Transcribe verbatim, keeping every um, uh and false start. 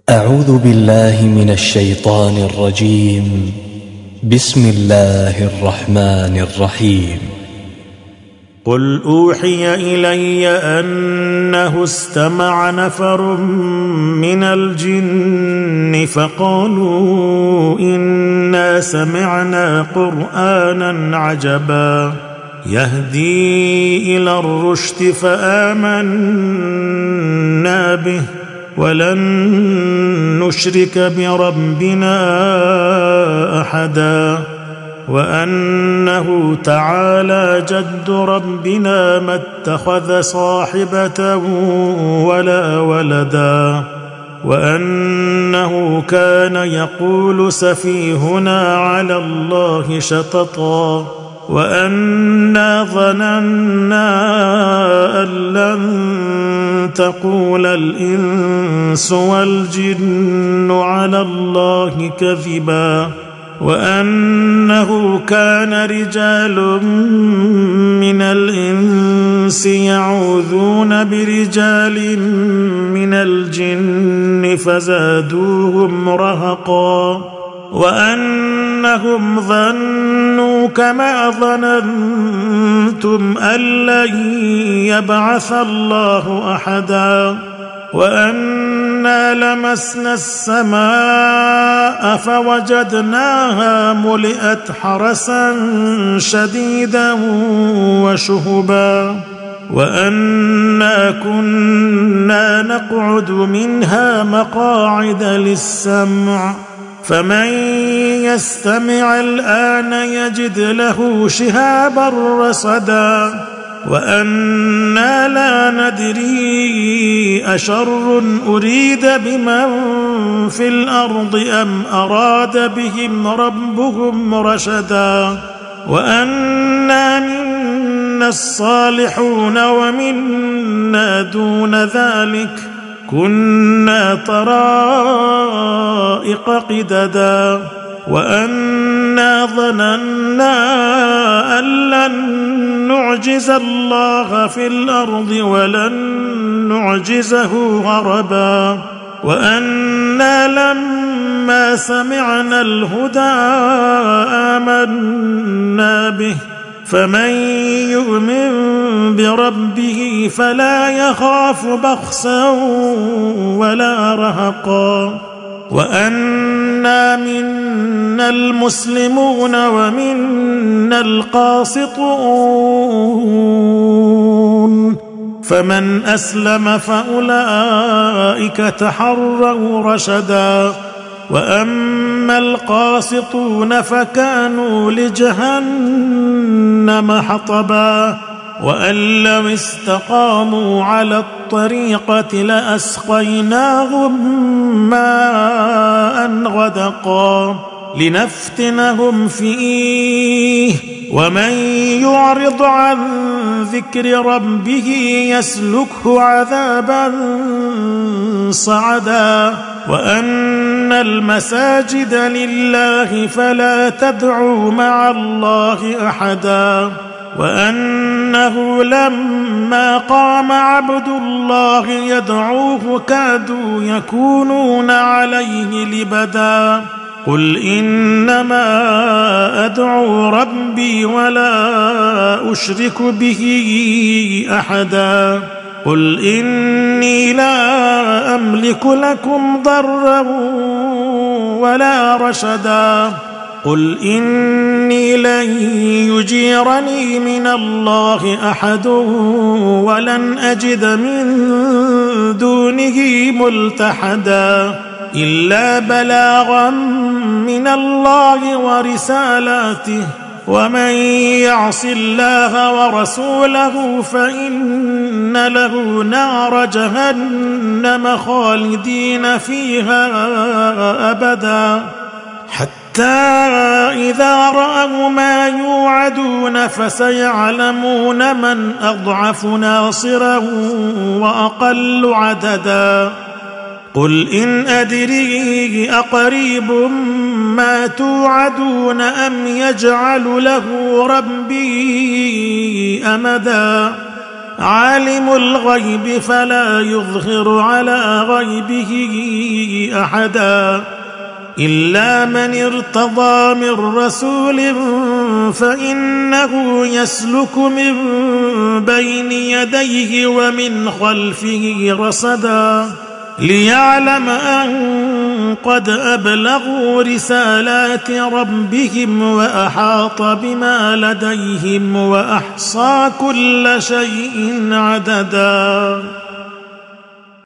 أعوذ بالله من الشيطان الرجيم. بسم الله الرحمن الرحيم. قل أوحي إلي أنه استمع نفر من الجن فقالوا إنا سمعنا قرآنا عجبا يهدي إلى الرشد فآمنا به ولن نشرك بربنا أحدا وأنه تعالى جد ربنا ما اتخذ صاحبة ولا ولدا وأنه كان يقول سفيهنا على الله شططا وأنا ظننا أن لن تقول الإنس والجن على الله كذبا وأنه كان رجال من الإنس يعوذون برجال من الجن فزادوهم رهقا وأنهم ظنوا كما ظننتم أن لن يبعث الله أحدا وأنا لمسنا السماء فوجدناها ملئت حرسا شديدا وشهبا وأنا كنا نقعد منها مقاعد للسمع فمن يستمع الآن يجد له شهابا رصدا وأنا لا ندري أشر أريد بمن في الأرض أم أراد بهم ربهم رشدا وأنا منا الصالحون ومنا دون ذلك كنا طرائق قددا وأنا ظننا أن لن نعجز الله في الأرض ولن نعجزه هربا وأنا لما سمعنا الهدى آمنا به فمن يؤمن بربه فلا يخاف بخسا ولا رهقا وأنا منا المسلمون ومنا القاسطون فمن أسلم فأولئك تحروا رشدا وأما القاسطون فكانوا لجهنم حطبا وأن لو استقاموا على الطريقة لأسقيناهم ماء غدقا لنفتنهم فيه ومن يعرض عن ذكر ربه يسلكه عذابا صعدا وأن المساجد لله فلا تدعوا مع الله أحدا وأنه لما قام عبد الله يدعوه كادوا يكونون عليه لبدا قل إنما أدعو ربي ولا أشرك به أحدا قل إني لا أملك لكم ضرا ولا رشدا قل إني لن يجيرني من الله أحد ولن أجد من دونه ملتحدا إلا بلاغا من الله ورسالاته ومن يعص الله ورسوله فإن له نار جهنم خالدين فيها أبدا حتى إذا رأوا ما يوعدون فسيعلمون من أضعف ناصرا وأقل عددا قل إن أدري أقريب ما توعدون أم يجعل له ربي أمدا عالم الغيب فلا يظهر على غيبه أحدا إلا من ارتضى من رسول فإنه يسلك من بين يديه ومن خلفه رصدا ليعلم أن قد أبلغوا رسالات ربهم وأحاط بما لديهم وأحصى كل شيء عددا.